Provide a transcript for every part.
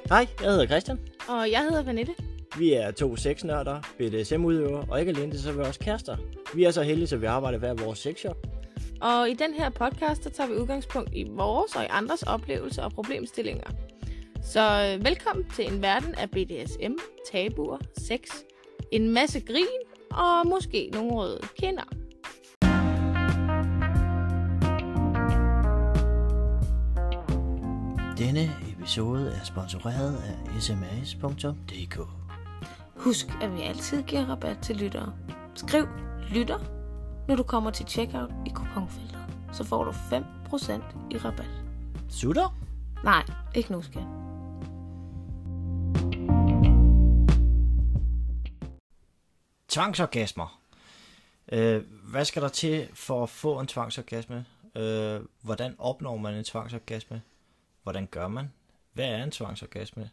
Hej, jeg hedder Christian. Og jeg hedder Vanette. Vi er to sexnørder, BDSM-udøvere, og ikke alene det, så er vi også kærester. Vi er så heldige, at vi arbejder hver vores sexshop. Og i den her podcast, der tager vi udgangspunkt i vores og i andres oplevelser og problemstillinger. Så velkommen til en verden af BDSM, tabuer, sex, en masse grin og måske nogle røde kinder. Denne episode er sponsoreret af sms.dk. Husk, at vi altid giver rabat til lyttere. Skriv lytter, når du kommer til checkout i kuponfeltet. Så får du 5% i rabat. Sutter? Nej, ikke nu, skat. Tvangsorgasmer. Hvad skal der til for at få en tvangsorgasme? Hvordan opnår man en tvangsorgasme? Hvordan gør man? Hvad er en tvangsorgasme?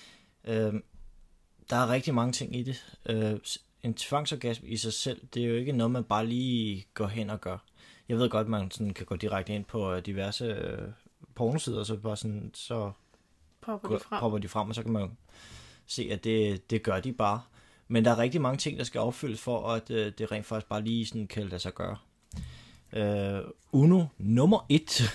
Der er rigtig mange ting i det. En tvangsorgasme i sig selv, det er jo ikke noget, man bare lige går hen og gør. Jeg ved godt, at man sådan kan gå direkte ind på diverse pornosider, så bare sådan, så popper de frem, og så kan man se, at det gør de bare. Men der er rigtig mange ting, der skal opfyldes for, at det rent faktisk bare lige sådan kan lade sig gøre. Uno nummer 1.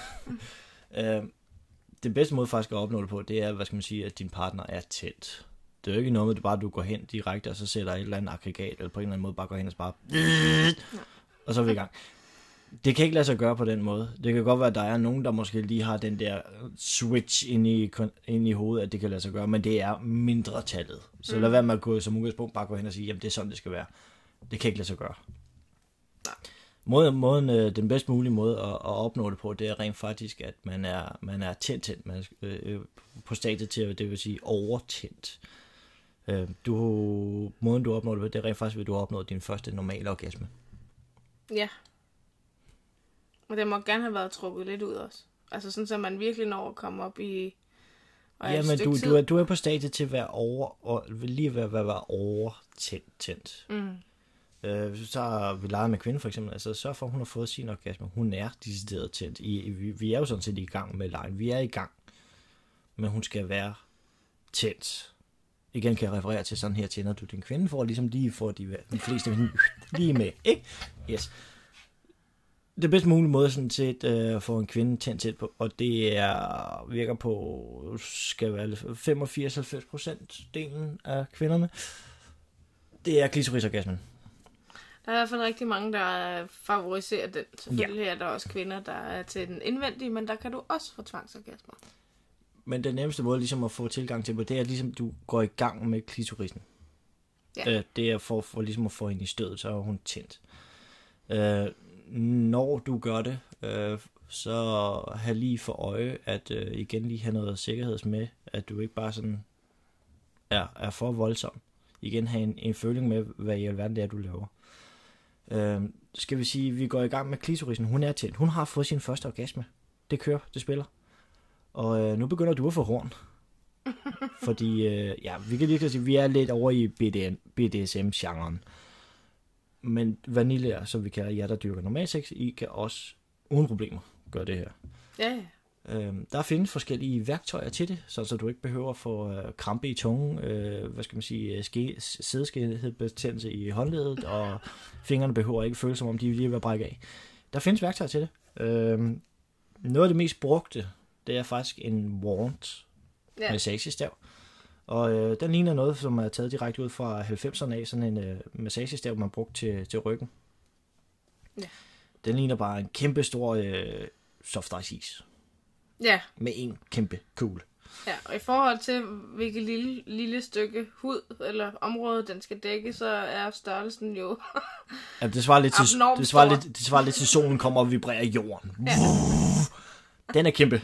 Den bedste måde faktisk at opnå det på, det er, hvad skal man sige, at din partner er tæt. Det er jo ikke noget med, at du går hen direkte, og så sætter et eller andet aggregat, eller på en eller anden måde bare går hen og bare... Og så er vi i gang. Det kan ikke lade sig gøre på den måde. Det kan godt være, at der er nogen, der måske lige har den der switch inde i hovedet, at det kan lade sig gøre, men det er mindre tallet. Så lad være med at gå som udgangspunkt bare gå hen og sige, jamen det er sådan, det skal være. Det kan ikke lade sig gøre. Den bedst mulige måde at opnå det på, det er rent faktisk, at man er tændt, man er på stadiet til, det vil sige overtændt. Måden du opnår det på, det er rent faktisk, at du har opnået din første normale orgasme. Ja. Og det må gerne have været trukket lidt ud også. Altså sådan, så man virkelig når at komme op i... Ja, men du er på stadiet til at være være overtændt. Hvis vi leger med kvinden for eksempel, altså sørg for, at hun har fået sin orgasme. Hun er decideret tændt. Vi er jo sådan set i gang med lejen. Vi er i gang. Men hun skal være tændt. Igen kan jeg referere til sådan her tænder du din kvinde, for ligesom lige får de fleste lige med. Ikke? Yes. Det bedste mulige måde sådan set at få en kvinde tændt på, og det virker på, skal være 85-90% delen af kvinderne, det er klitorisorgasmen. Der er i hvert fald rigtig mange, der favoriserer den. Selvfølgelig er der også kvinder, der er til den indvendige, men der kan du også få tvangsorgasmer. Men den nemmeste måde ligesom at få tilgang til, det er ligesom, du går i gang med klitorisen. Ja. Det er for ligesom at få hende i stødet, så er hun tændt. Når du gør det, så have lige for øje, at igen lige have noget sikkerheds med, at du ikke bare sådan er for voldsom. Igen have en føling med, hvad i alverden det er, du laver. Skal vi sige, vi går i gang med klitorisen. Hun er tændt. Hun har fået sin første orgasme. Det kører, det spiller. Og nu begynder du at få horn. Fordi, vi kan lige sige, at vi er lidt over i BDSM-genren. Men vanilje, som vi kalder jer, der dyrker normal sex, I kan også uden problemer gøre det her. Ja. Der findes forskellige værktøjer til det, så du ikke behøver at få krampe i tungen, sædskædebetændelse i håndledet, og fingrene behøver ikke føle som om de lige vil brække af. Der findes værktøjer til det. Noget af det mest brugte, det er faktisk en wand med massagestav. Og den ligner noget, som er taget direkte ud fra 90'erne af, sådan en massagestav, man brugte til ryggen. Ja. Den ligner bare en kæmpe stor soft ice is. Ja. Med en kæmpe kugle. Ja, og i forhold til, hvilket lille stykke hud eller område, den skal dække, så er størrelsen jo ja, det svarer lidt til solen kommer og vibrerer i jorden. Ja. Den er kæmpe.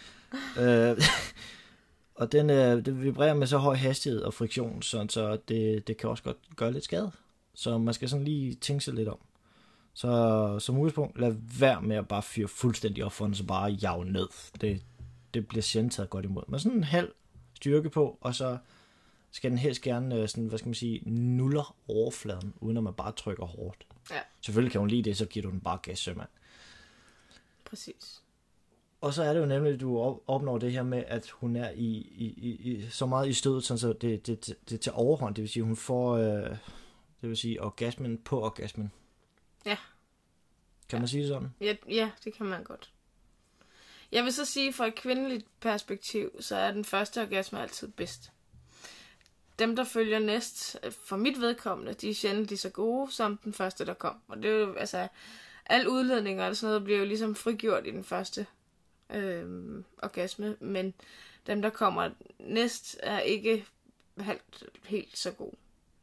Og den vibrerer med så høj hastighed og friktion, så det kan også godt gøre lidt skade. Så man skal sådan lige tænke sig lidt om. Så som udgangspunkt, lad være med at bare fyre fuldstændig op for den, så bare jage ned. Det bliver sjældent taget godt imod. Men sådan en halv styrke på, og så skal den helst gerne sådan, nuller overfladen, uden at man bare trykker hårdt. Ja. Selvfølgelig kan hun lide det, så giver du den bare gas, sømand. Præcis. Og så er det jo nemlig, at du opnår det her med, at hun er så meget i stødet, sådan så det til overhånd. Det vil sige, hun får orgasmen på orgasmen. Ja. Kan man sige det sådan? Ja, det kan man godt. Jeg vil så sige, fra et kvindeligt perspektiv, så er den første orgasme altid bedst. Dem, der følger næst, for mit vedkommende, de er sjældent lige så gode, som den første, der kom. Og det er jo, altså, al udledning og sådan noget bliver jo ligesom frigjort i den første orgasme, men dem, der kommer næst, er ikke helt så gode.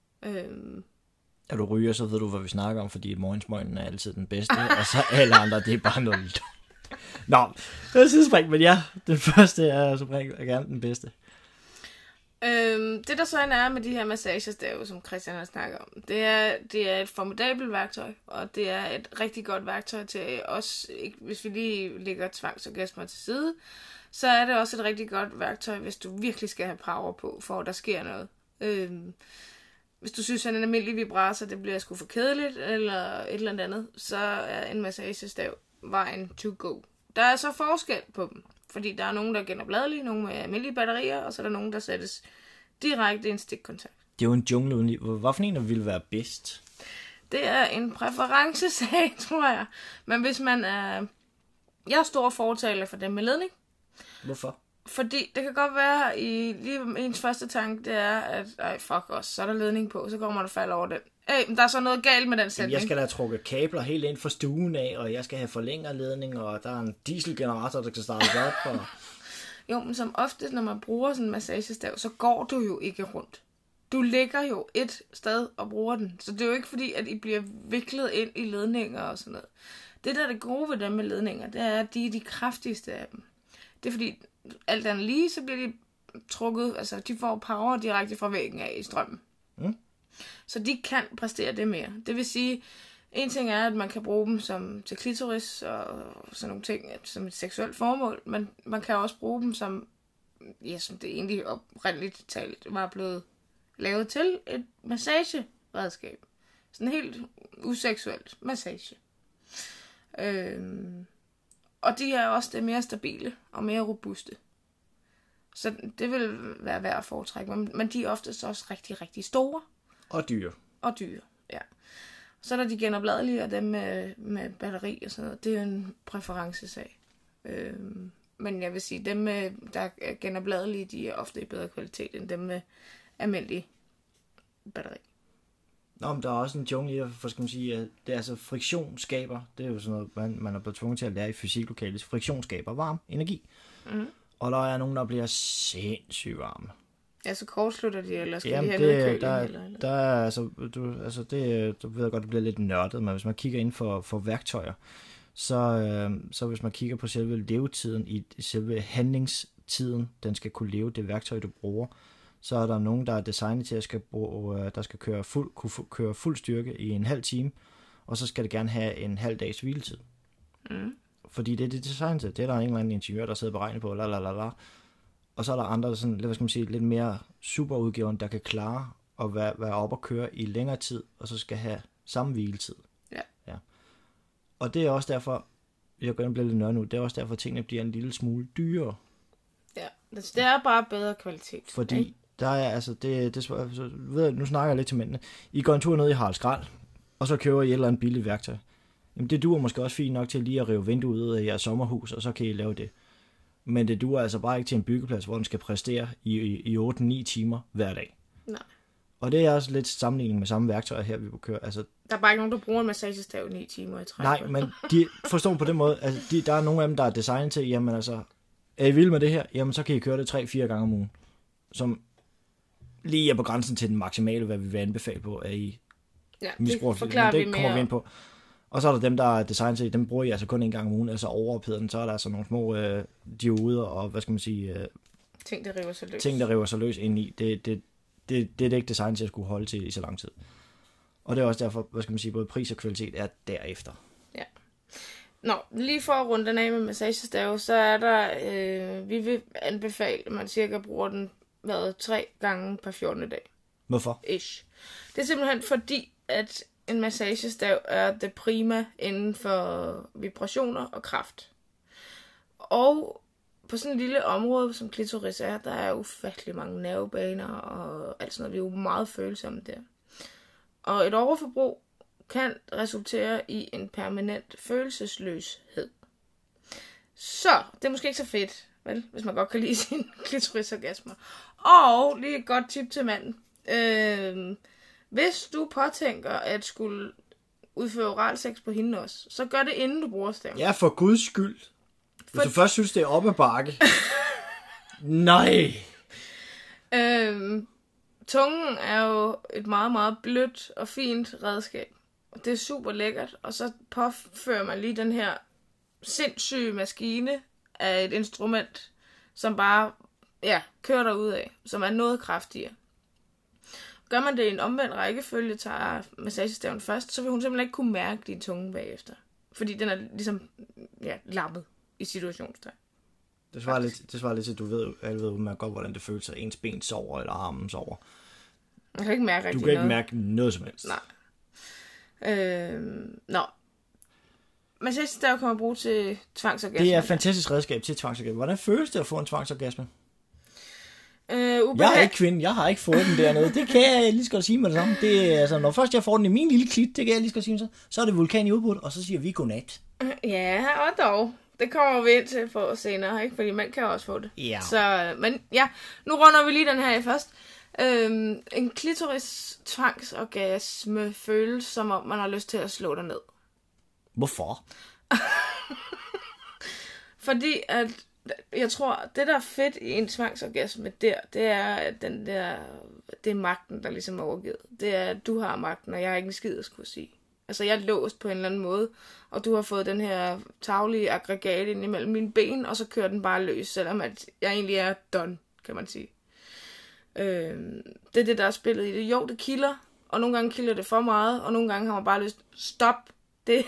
Er du ryger, så ved du, hvad vi snakker om, fordi morgensmøgnen er altid den bedste, og så alle andre, det er bare noget. Nå, det er sidespring, men ja, den første er som regel gerne den bedste. Det der så er med de her massagestav, som Christian har snakket om, det er et formidabelt værktøj, og det er et rigtig godt værktøj til os, hvis vi lige lægger tvangsorgasmer til side, så er det også et rigtig godt værktøj, hvis du virkelig skal have power på, for at der sker noget. Hvis du synes, at en almindelig vibrator, det bliver sgu for kedeligt, eller et eller andet, så er en massagestav vejen to go. Der er så forskel på dem, fordi der er nogen, der er genopladelige, nogle med almindelige batterier, og så er der nogen, der sættes direkte i en stikkontakt. Det er jo en jungle uden liv. Hvad for en, der ville være bedst? Det er en præferencesag, tror jeg. Men hvis man er... Jeg er stor fortaler for dem med ledning. Hvorfor? Fordi det kan godt være, lige ens første tanke, det er, at fuck os, så er der ledning på, så kommer man og falder over den. Der er så noget galt med den sætning. Jeg skal da trukke kabler helt ind fra stuen af, og jeg skal have forlængerledning, og der er en dieselgenerator, der kan starte op. Og... Jo, men som ofte, når man bruger sådan en massagestav, så går du jo ikke rundt. Du ligger jo et sted og bruger den. Så det er jo ikke fordi, at I bliver viklet ind i ledninger og sådan noget. Det, der er det gode ved dem med ledninger, det er, at de er de kraftigste af dem. Det er fordi, alt andet lige, så bliver de trukket, altså de får power direkte fra væggen af i strømmen. Mm. Så de kan præstere det mere. Det vil sige, en ting er, at man kan bruge dem til klitoris og sådan nogle ting, som et seksuelt formål, men man kan også bruge dem som det egentlig oprindeligt talt var blevet lavet til et massageredskab. Sådan helt useksuelt massage. Og de er også det mere stabile og mere robuste. Så det vil være værd at foretrække. Men de er oftest også rigtig, rigtig store. Og dyre. Og dyre, ja. Så er der de genopladelige, og dem med batteri og sådan noget. Det er en præferencesag. Men jeg vil sige, dem, der er genopladelige, de er ofte i bedre kvalitet end dem med almindelig batteri. Nå, men der er også en jungle i det, for skal man sige, at det er altså friktionsskaber. Det er jo sådan noget, man er blevet tvunget til at lære i fysiklokalet. Friktionsskaber varm energi. Mm. Og der er nogen, der bliver sindssygt varme. Ja, så kortslutter de, eller skal jamen, de have noget køling? Eller? Der er, altså, du ved godt, det bliver lidt nørdet, men hvis man kigger ind for værktøjer, så hvis man kigger på selve levetiden, i selve handlingstiden, den skal kunne leve det værktøj, du bruger, så er der nogen, der er designet til, at der skal kunne køre fuld styrke i en halv time, og så skal det gerne have en halv dags hviletid. Mm. Fordi det er det designet til. Det er der en eller anden ingeniør, der sidder og beregner på, og så er der andre, sådan, hvad skal man sige, lidt mere superudgiveren, der kan klare at være oppe og køre i længere tid, og så skal have samme hviletid. Ja. Og det er også derfor, jeg går ind og bliver lidt nørd nu, det er også derfor, at tingene bliver en lille smule dyrere. Ja, det er bare bedre kvalitet. Fordi ikke? Der er altså, nu snakker jeg lidt til mændene. I går en tur ned i Harald Skrald, og så køber I et eller andet billigt værktøj. Jamen det duer måske også fint nok til lige at rive vinduet ud af jeres sommerhus, og så kan I lave det. Men det duer altså bare ikke til en byggeplads, hvor den skal præstere i 8-9 timer hver dag. Nej. Og det er også lidt sammenligning med samme værktøjer her, vi må køre. Altså, der er bare ikke nogen, der bruger en massagestav 9 timer i træk. Nej, men de forstår på den måde, altså, der er nogle af dem, der er designet til, jamen altså, er I vilde med det her? Jamen så kan I køre det 3-4 gange om ugen. Som lige er på grænsen til den maksimale, hvad vi vil anbefale på, at I misbruger. Det kommer vi ind på. Og så er der dem, der er designet til, dem bruger I altså kun en gang om ugen, altså overopheder den, så er der altså nogle små dioder og, hvad skal man sige... ting, der river sig løs. Ting, der river sig løs ind i. Det er ikke designet til at skulle holde til i så lang tid. Og det er også derfor, hvad skal man sige, både pris og kvalitet er derefter. Ja. Nå, lige for at runde den af med massagestave, så er der, vi vil anbefale, at man cirka bruger den 3 gange per 14. dag. Hvorfor? Ish. Det er simpelthen fordi, at en massagestav er det prima inden for vibrationer og kraft. Og på sådan et lille område, som klitoris er, der er ufattelig mange nervebaner og alt sådan noget. Vi er jo meget følsomme der. Og et overforbrug kan resultere i en permanent følelsesløshed. Så, det er måske ikke så fedt, vel? Hvis man godt kan lide sine klitorisorgasmer. Og lige et godt tip til manden. Hvis du påtænker at skulle udføre oralsex på hende også, så gør det inden du bruger staven. Ja, for guds skyld. Hvis du først synes, det er op ad bakke. Nej. Tungen er jo et meget, meget blødt og fint redskab. Og det er super lækkert. Og så påfører man lige den her sindssyge maskine af et instrument, som bare kører derudad, som er noget kraftigere. Gør man det i en omvendt rækkefølge, tager massagestaven først, så vil hun simpelthen ikke kunne mærke din tunge bagefter. Fordi den er ligesom lappet i situationstegn. Det svarer lidt til, at du ved udmærket godt, hvordan det føles, at ens ben sover, eller armen sover. Man kan ikke mærke rigtig noget. Du kan ikke mærke noget som helst. Nej. Massagestav kan man bruge til tvangsorgasme. Det er et fantastisk redskab til tvangsorgasme. Hvordan føles det at få en tvangsorgasme? Jeg er ikke kvinde, jeg har ikke fået den dernede. Det kan jeg lige så godt sige med det samme. Det er, altså, når først jeg får den i min lille klit, det kan jeg lige så godt sige, så er det vulkan i udbrud, og så siger vi godnat. Ja, og dog. Det kommer vi ind til for senere, ikke? Fordi man kan også få det. Ja. Så, men ja, nu runder vi lige den her i først. En klitoris tvangsorgasme føles som om man har lyst til at slå dig ned. Hvorfor? Fordi at jeg tror, det der er fedt i en tvangsorgasme der, det er, at det er magten, der ligesom er overgivet. Det er, at du har magten, og jeg har ikke en skid at skulle sige. Altså, jeg er låst på en eller anden måde, og du har fået den her taglige aggregat ind imellem mine ben, og så kører den bare løs, selvom at jeg egentlig er done, kan man sige. Det er det, der er spillet i det. Jo, det kilder, og nogle gange kilder det for meget, og nogle gange har man bare lyst, stop det.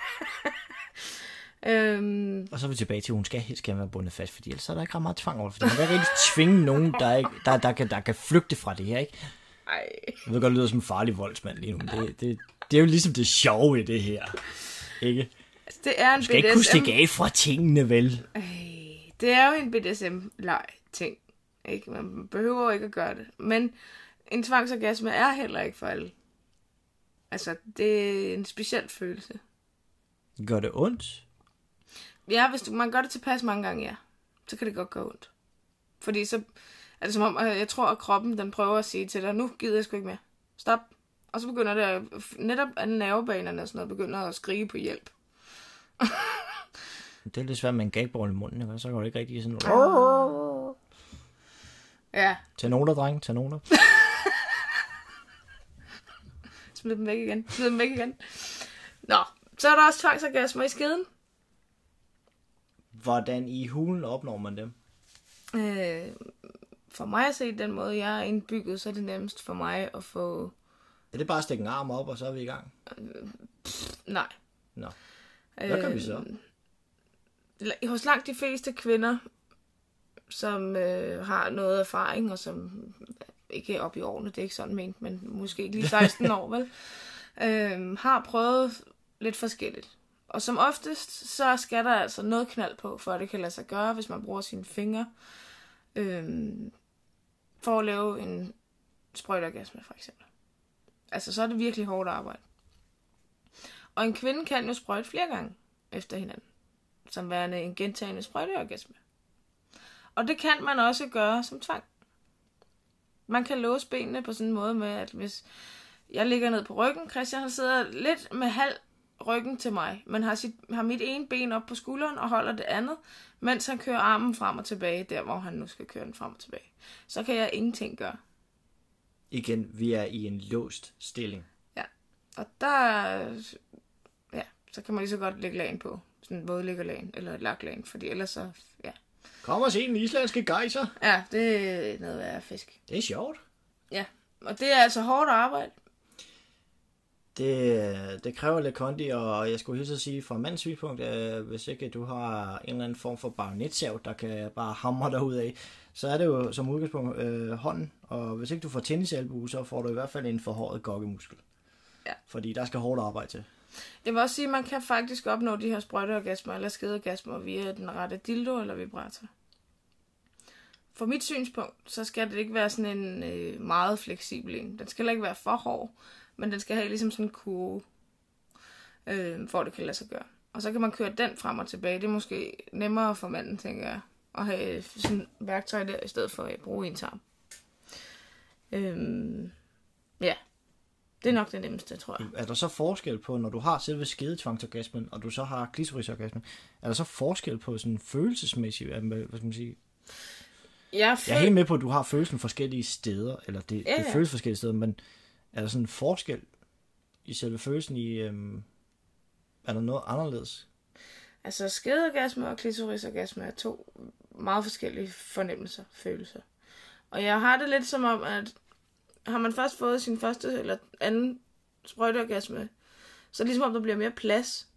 Og så er vi tilbage til, at hun skal helst gerne være bundet fast, fordi ellers er der ikke ret meget tvang over det, fordi man kan ikke rigtig tvinge nogen, der kan flygte fra det her, ikke? Ej. Jeg ved godt, det lyder som en farlig voldsmand lige nu, men det er jo ligesom det sjove i det her, ikke? Altså, det er en du skal BDSM... ikke kunne stikke af fra tingene, vel? Det er jo en BDSM-leg-ting, ikke? Man behøver jo ikke at gøre det, men en tvangsorgasme er heller ikke for alle. Altså, det er en speciel følelse. Gør det ondt? Ja, hvis man gør det tilpas mange gange, ja, så kan det godt gå ondt. Fordi så er det som om, jeg tror, at kroppen den prøver at sige til dig, nu gider jeg sgu ikke mere. Stop. Og så begynder det netop at nervebanerne og sådan noget, begynder at skrige på hjælp. Det er lidt svært med en gagball i munden, ikke? Så går det ikke rigtig sådan noget. Ja. Tag noter, dreng. Tag noter. Smid dem væk igen. Nå, så er der også tvangsorgasmer i skeden. Hvordan i hulen opnår man dem? For mig at se den måde, jeg er indbygget, så er det nemmest for mig at få... Er det bare at stikke en arm op, og så er vi i gang? Nej. Nå. Hvad kan vi så? Hos langt de fleste kvinder, som har noget erfaring, og som ikke er oppe i årene, det er ikke sådan ment, men måske ikke lige 16 år, vel? Har prøvet lidt forskelligt. Og som oftest, så skal der altså noget knald på, for at det kan lade sig gøre, hvis man bruger sine fingre, for at lave en sprøjteorgasme, for eksempel. Altså, så er det virkelig hårdt arbejde. Og en kvinde kan jo sprøjte flere gange efter hinanden, som værende en gentagende sprøjteorgasme. Og det kan man også gøre som tvang. Man kan låse benene på sådan en måde med, at hvis jeg ligger ned på ryggen, Christian han sidder lidt med halv ryggen til mig, men har mit ene ben op på skulderen og holder det andet, mens han kører armen frem og tilbage, der hvor han nu skal køre den frem og tilbage. Så kan jeg ingenting gøre. Igen, vi er i en låst stilling. Ja, og der, så kan man lige så godt lægge lagen på. Sådan en vådlæggerlagen, eller et laklagen, fordi ellers så, Kom og se den islandske gejser. Ja, det er noget værre fisk. Det er sjovt. Ja, og det er altså hårdt arbejde. Det kræver lidt kondi, og jeg skulle hilse at sige fra mandens synspunkt, hvis ikke du har en eller anden form for bajonetsav, der kan bare hamre dig ud af, så er det jo som udgangspunkt hånden, og hvis ikke du får tennisalbue, så får du i hvert fald en forhøjet gokkemuskel. Ja. Fordi der skal hårdt arbejde til. Jeg vil også sige, at man kan faktisk opnå de her sprøjteorgasmer eller skedeorgasmer via den rette dildo eller vibrator. For mit synspunkt, så skal det ikke være sådan en meget fleksibel en. Den skal heller ikke være for hård, men den skal have ligesom sådan en kurve, for det kan lade sig gøre. Og så kan man køre den frem og tilbage. Det er måske nemmere for manden, tænker jeg, at have sådan et værktøj der, i stedet for at bruge en tarm. Ja, det er nok det nemmeste, tror jeg. Er der så forskel på, når du har selve skedetvangsorgasmen, og du så har klitorisorgasmen, er der så forskel på sådan følelsesmæssigt, hvad skal man sige? Jeg er helt med på, at du har følelsen forskellige steder, eller det føles forskellige steder, men er der sådan en forskel i selve følelsen i, er der noget anderledes? Altså skedeorgasme og klitorisorgasme er to meget forskellige fornemmelser, følelser. Og jeg har det lidt som om, at har man først fået sin første eller anden sprøjteorgasme, så er det ligesom om, der bliver mere plads.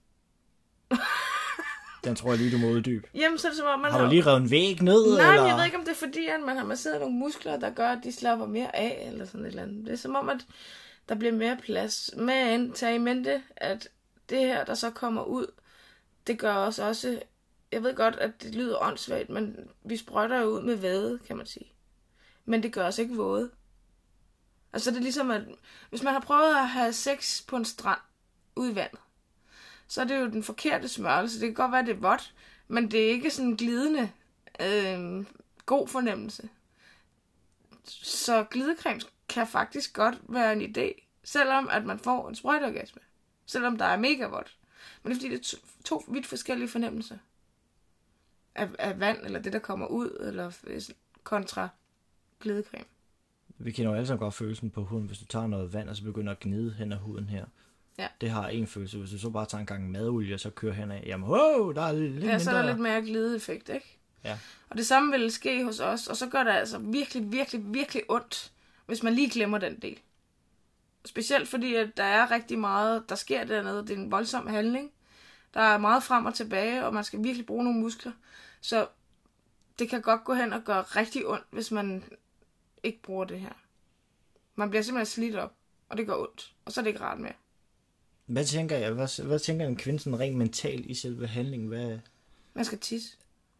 Den tror jeg lige, du må uddybe. Jamen, så er det som om, man har du lige revet en væg ned? Nej, eller? Jeg ved ikke, om det er fordi, at man har masseret nogle muskler, der gør, at de slapper mere af, eller sådan et eller andet. Det er som om, at der bliver mere plads. Men tag i mente, at det her, der så kommer ud, det gør os også... Jeg ved godt, at det lyder åndssvagt, men vi sprøjter jo ud med væde, kan man sige. Men det gør os ikke våde. Altså, det er ligesom, at hvis man har prøvet at have sex på en strand ude i vandet, så er det jo den forkerte smørelse. Det kan godt være, det er vådt, men det er ikke sådan en glidende, god fornemmelse. Så glidecreme kan faktisk godt være en idé, selvom at man får en sprøjteorgasme. Selvom der er mega vådt. Men det er fordi, det er to vidt forskellige fornemmelser. Af vand, eller det, der kommer ud, eller kontra glidecreme. Vi kender jo alle sammen godt følelsen på huden, hvis du tager noget vand, og så begynder at gnide hen ad huden her. Ja. Det har en følelse. Hvis du så bare tager en gang madolie, og så kører hen af, jamen, wow, der er lidt mindre. Så er der lidt mere glideeffekt, ikke? Ja. Og det samme vil ske hos os, og så gør det altså virkelig, virkelig, virkelig ondt, hvis man lige glemmer den del. Specielt fordi, at der er rigtig meget, der sker dernede. Det er en voldsom handling. Der er meget frem og tilbage, og man skal virkelig bruge nogle muskler. Så det kan godt gå hen og gøre rigtig ondt, hvis man ikke bruger det her. Man bliver simpelthen slidt op, og det gør ondt. Og så er det ikke rart mere. Hvad tænker en kvinde sådan rent mentalt i selve handlingen? Man skal tisse.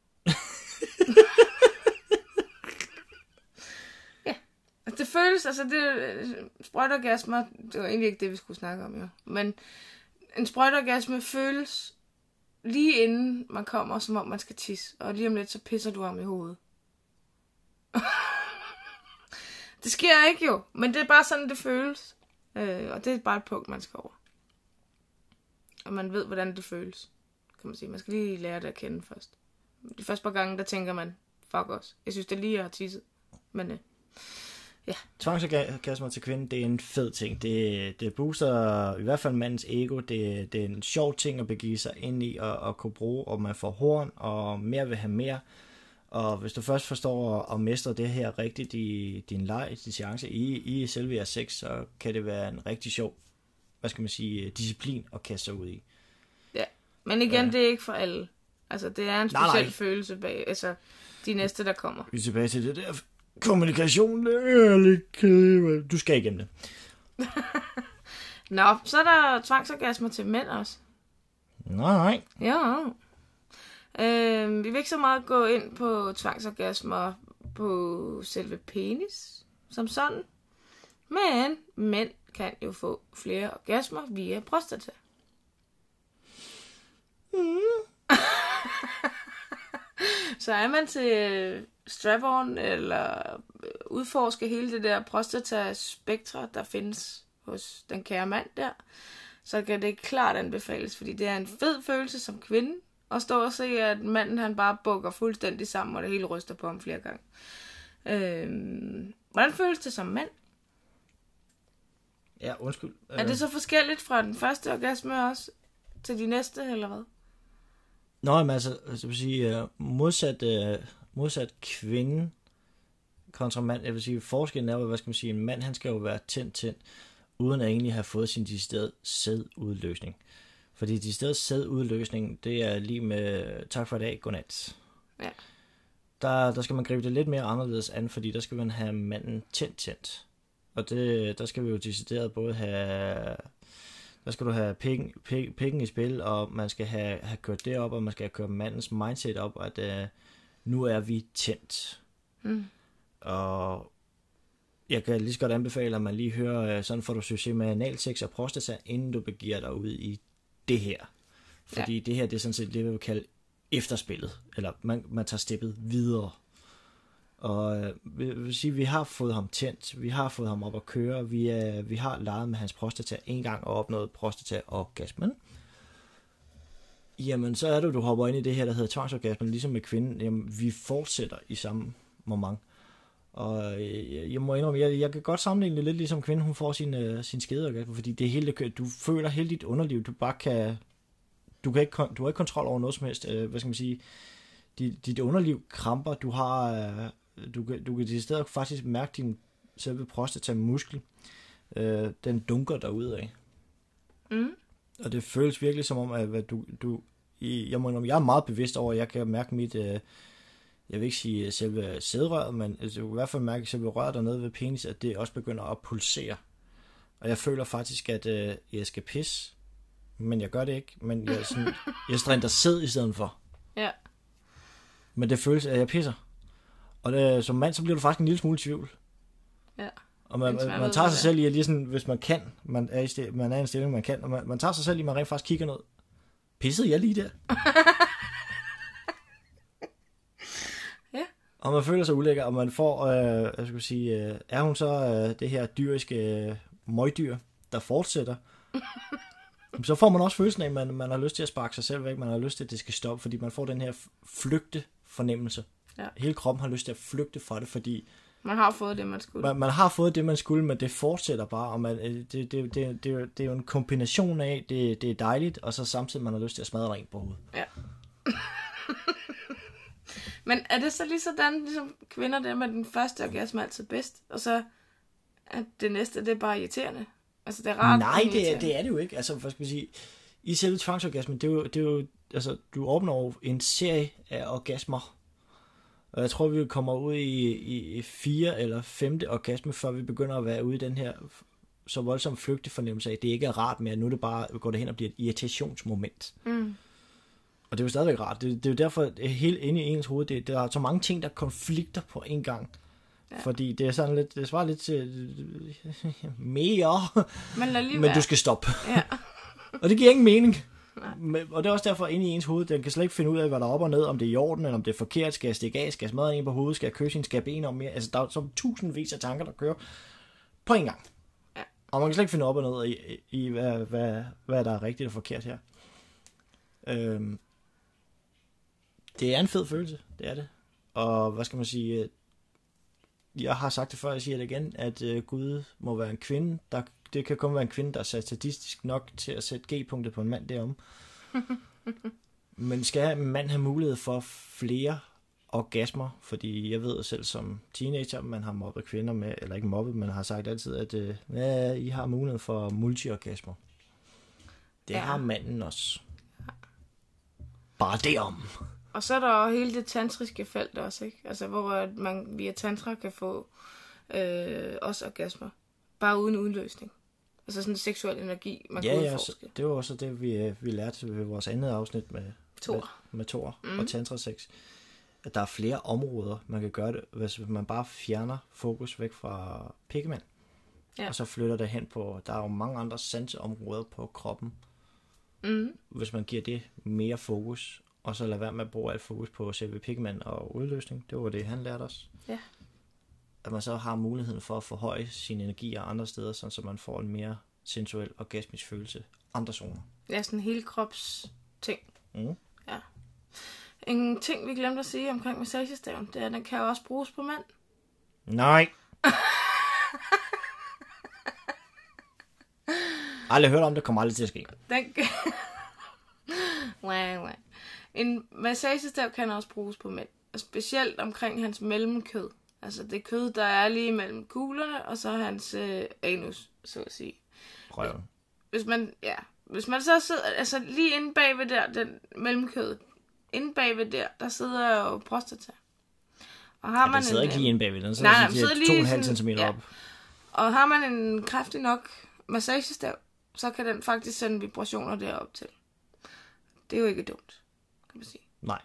Ja. Altså, det føles, altså det sprøjteorgasmer, det var egentlig ikke det, vi skulle snakke om, jo. Men en sprøjteorgasme føles lige inden man kommer, som om man skal tisse. Og lige om lidt, så pisser du ham i hovedet. Det sker ikke jo, men det er bare sådan, det føles. Og det er bare et punkt, man skal over. Og man ved, hvordan det føles, kan man sige. Man skal lige lære det at kende først. De første par gange, der tænker man, fuck os. Jeg synes, det er lige, jeg har tisset. Men ja. Tvangsorgasmer til kvinden, det er en fed ting. Det booster i hvert fald mandens ego. Det er en sjov ting at begive sig ind i og kunne bruge, og man får horn, og mere vil have mere. Og hvis du først forstår at mestre det her rigtigt i din leg, din seance, i selve jeres sex, så kan det være en rigtig sjov, hvad skal man sige, disciplin at kaste sig ud i. Ja, men igen, det er ikke for alle. Altså, det er en speciel følelse bag, altså, de næste, der kommer. Vi er tilbage til det der kommunikation, det er lidt kedeligt. Du skal igennem det. Nå, så er der tvangsorgasmer til mænd også. Nej. Ja. Vi vil ikke så meget gå ind på tvangsorgasmer på selve penis som sådan. Men mænd kan jo få flere orgasmer via prostata. Så er man til strap-on eller udforske hele det der prostata-spektra, der findes hos den kære mand der, så kan det klart anbefales, fordi det er en fed følelse som kvinde, at stå og se, at manden han bare bukker fuldstændig sammen, og det hele ryster på ham flere gange. Hvordan føles det som mand? Ja, undskyld. Er det så forskelligt fra den første orgasme også til de næste, eller hvad? Nå, men altså jeg vil sige, modsat kvinde kontra mand, jeg vil sige, forskellen er jo, hvad skal man sige, en mand, han skal jo være tændt, uden at egentlig have fået sin decideret sædudløsning. Fordi decideret sædudløsning, det er lige med tak for i dag, godnat. Ja. Der skal man gribe det lidt mere anderledes an, fordi der skal man have manden tændt. Og der skal vi jo decideret både have Der skal du have pikken i spil, og man skal have kørt det op, og man skal have kørt mandens mindset op, at nu er vi tændt. Og jeg kan lige så godt anbefale, at man lige hører, sådan får du succes med analsex og prostata, inden du begiver dig ud i det her. Fordi det her, det er sådan set det, vi vil kalde efterspillet, eller man tager steppet videre. Og jeg vil sige, vi har fået ham tændt, vi har fået ham op at køre, vi har leget med hans prostata en gang og opnået prostata-orgasmen. Jamen, så er det, du hopper ind i det her, der hedder tvangsorgasmen, ligesom med kvinden. Jamen, vi fortsætter i samme moment. Og jeg må indrømme, jeg kan godt sammenligne det lidt ligesom kvinden, hun får sin skedeorgasme, fordi det er hele, du føler hele dit underliv, du har ikke kontrol over noget som helst, hvad skal man sige, dit underliv kramper, du kan i stedet faktisk mærke din selve prostatamuskel, den dunker derudad. Og det føles virkelig som om, at jeg er meget bevidst over, at jeg kan mærke mit, jeg vil ikke sige selve sædrøret, men altså, i hvert fald mærke selve røret dernede ved penis, at det også begynder at pulsere. Og jeg føler faktisk, at jeg skal pisse, men jeg gør det ikke, men jeg strænder sæd i stedet for. Ja. Men det føles, at jeg pisser. Og som mand, så bliver du faktisk en lille smule i tvivl. Ja. Og man tager sig selv i, lige sådan, hvis man kan, man er i en stilling, man kan, og man tager sig selv i, man rent faktisk kigger ned. Pissede jeg lige der? Ja. Og man føler sig ulækker, og man får, jeg skulle sige, er hun så det her dyriske møgdyr, der fortsætter, så får man også følelsen af, at man har lyst til at sparke sig selv væk, man har lyst til, at det skal stoppe, fordi man får den her flygte fornemmelse. Ja. Hele kroppen har lyst til at flygte fra det, fordi man har fået det, man skulle. Man har fået det, man skulle, men det fortsætter bare, og det er jo en kombination af, det er dejligt, og så samtidig man har lyst til at smadre rent på hovedet. Ja. Men er det så lige sådan, ligesom kvinder der med den første orgasme altid bedst, og så at det næste, det er bare irriterende? Altså det er rart. Nej, det er det jo ikke. Altså, hvad skal vi sige, i selve tvangsorgasmen, det er jo altså, du opnår en serie af orgasmer. Og jeg tror, vi kommer ud i 4. eller 5. orgasme, før vi begynder at være ude i den her så voldsom flygtefornemmelse af, at det ikke er rart mere. Nu er det bare, går det hen og bliver et irritationsmoment. Og det er jo stadigvæk rart. Det er jo derfor, helt inde i ens hoved, der er så mange ting, der konflikter på en gang. Ja. Fordi det er sådan lidt, det svarer lidt til mere, men du skal stoppe. Ja. Og det giver ingen mening. Nej. Og det er også derfor inde i ens hoved, den kan slet ikke finde ud af, hvad der er op og ned, om det er i orden, eller om det er forkert, skal jeg stikke af, skal jeg smadre en på hovedet, skal jeg kysse en, skal jeg bene om mere. Altså der er så tusindvis af tanker, der kører på en gang. Ja. Og man kan slet ikke finde op og ned i hvad der er rigtigt og forkert her. Det er en fed følelse, det er det. Og hvad skal man sige, jeg har sagt det før, jeg siger det igen, at Gud må være en kvinde, det kan kun være en kvinde, der er statistisk nok til at sætte G-punktet på en mand derom. Men skal en mand have mulighed for flere orgasmer? Fordi jeg ved selv som teenager, man har mobbet kvinder med, eller ikke mobbet, men har sagt altid, at I har mulighed for multiorgasmer. Det har manden også. Bare derom. Og så er der jo hele det tantriske felt også, ikke? Altså, hvor man via tantra kan få også orgasmer. Bare uden udløsning. Altså sådan en seksuel energi, man kan udforske. Ja, det var også det, vi lærte ved vores andet afsnit med Thor og tantra sex. At der er flere områder, man kan gøre det, hvis man bare fjerner fokus væk fra pikkemand. Ja. Og så flytter det hen på, der er jo mange andre sanseområder på kroppen. Hvis man giver det mere fokus, og så lade være med at bruge alt fokus på selve pikkemand og udløsning. Det var det, han lærte os. Ja. At man så har muligheden for at forhøje sin energi andre steder, så man får en mere sensuel orgasmisk følelse andre zoner. Ja, sådan en hele krops ting. Ja. En ting, vi glemte at sige omkring massagestaven, det er, at den kan jo også bruges på mænd. Nej. Aldrig hørt om det, kommer aldrig til at ske. En massagestav kan også bruges på mænd. Og specielt omkring hans mellemkød. Altså det kød, der er lige mellem kuglerne, og så hans anus, så at sige. Røven. Hvis man så sidder, altså lige inde bagved der, den mellemkød, inde bagved der sidder jo prostata. Og har man sidder ikke lige inde bagved, den sidder lige 2,5 cm op. Og har man en kraftig nok massagestav, så kan den faktisk sende vibrationer derop til. Det er jo ikke dumt, kan man sige. Nej.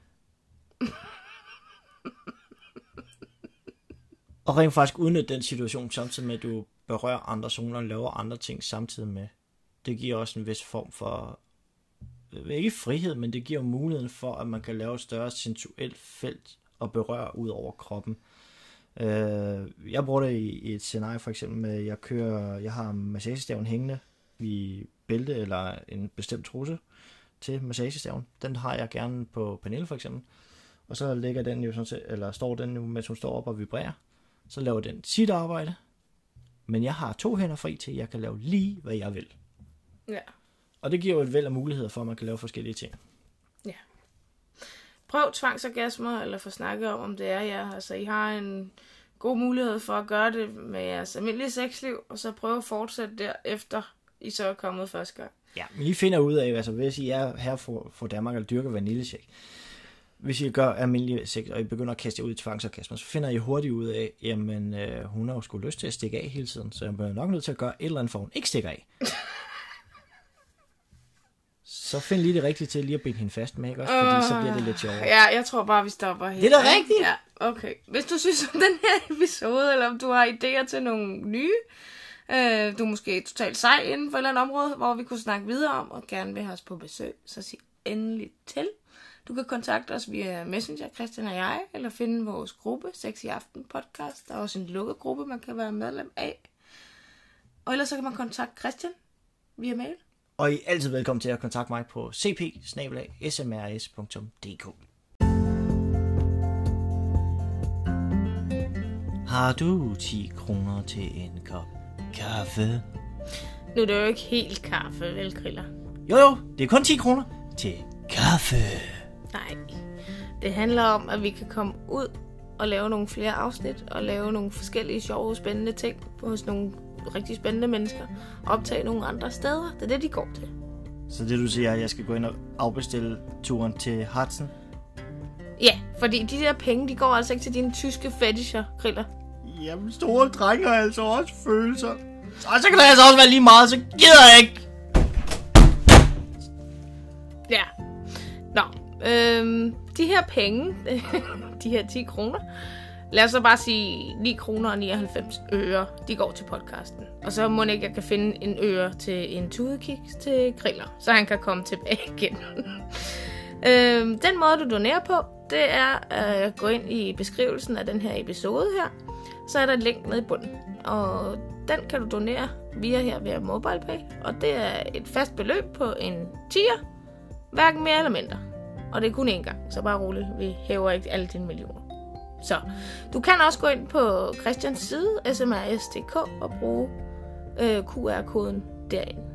Og rent faktisk udnytte den situation, samtidig med, at du berører andre zoner og laver andre ting samtidig med. Det giver også en vis form for, ikke frihed, men det giver muligheden for, at man kan lave et større sensuelt felt og berøre ud over kroppen. Jeg bruger det i et scenarie, for eksempel med, jeg har massagestaven hængende i bælte eller en bestemt trusse til massagestaven. Den har jeg gerne på panel, for eksempel. Og så ligger den jo sådan, eller står den jo, mens hun står op og vibrerer. Så laver den sit arbejde. Men jeg har 2 hænder fri til, at jeg kan lave lige, hvad jeg vil. Ja. Og det giver jo et væld af muligheder for, at man kan lave forskellige ting. Ja. Prøv tvangsorgasmer, eller få snakket om det er jer. Altså, I har en god mulighed for at gøre det med jeres almindelige sexliv, og så prøve at fortsætte derefter, I så er kommet første gang. Ja, men I finder ud af, altså hvis I er her for Danmark og dyrker vaniljecheck, hvis I gør almindelig sex, og I begynder at kaste jer ud i tvangsorgasmer, så finder I hurtigt ud af, jamen hun har jo sgu lyst til at stikke af hele tiden, så jeg bliver nok nødt til at gøre et eller andet, for hun ikke stikker af. Så find lige det rigtige til lige at binde hende fast med, ikke også? Fordi så bliver det lidt sjovere. Ja, jeg tror bare, vi stopper her. Det er da rigtigt! Ja, okay. Hvis du synes om den her episode, eller om du har idéer til nogle nye, du er måske totalt sej inden for et eller andet område, hvor vi kunne snakke videre om, og gerne vil have os på besøg, så sig endelig til. Du kan kontakte os via Messenger, Christian og jeg, eller finde vores gruppe, Sex i Aften podcast. Der er også en lukket gruppe, man kan være medlem af. Og ellers så kan man kontakte Christian via mail. Og I er altid velkommen til at kontakte mig på cp@smrs.dk. Har du 10 kroner til en kop kaffe? Nu er det jo ikke helt kaffe, vel, Kriller? Jo, det er kun 10 kroner til kaffe. Nej, det handler om, at vi kan komme ud og lave nogle flere afsnit, og lave nogle forskellige sjove, spændende ting hos nogle rigtig spændende mennesker, og optage nogle andre steder. Det er det, de går til. Så det du siger, at jeg skal gå ind og afbestille turen til Hudson? Ja, fordi de der penge, de går altså ikke til dine tyske fetisher, Kriller. Jamen, store drenge har altså også følelser. Så kan det altså også være lige meget, så gider jeg ikke. Ja. Nå, de her penge, de her 10 kroner, lad os så bare sige 9 kroner og 99 øre, de går til podcasten. Og så må jeg kan finde en øre til en tudekiks til Kriller, så han kan komme tilbage igen. Den måde, du donerer på, det er at gå ind i beskrivelsen af den her episode her. Så er der et link nede i bunden, og den kan du donere via MobilePay. Og det er et fast beløb på en 10'er, hverken mere eller mindre. Og det er kun én gang, så bare roligt, vi hæver ikke alle dine millioner. Så du kan også gå ind på Christians side, smrs.dk, og bruge QR-koden derinde.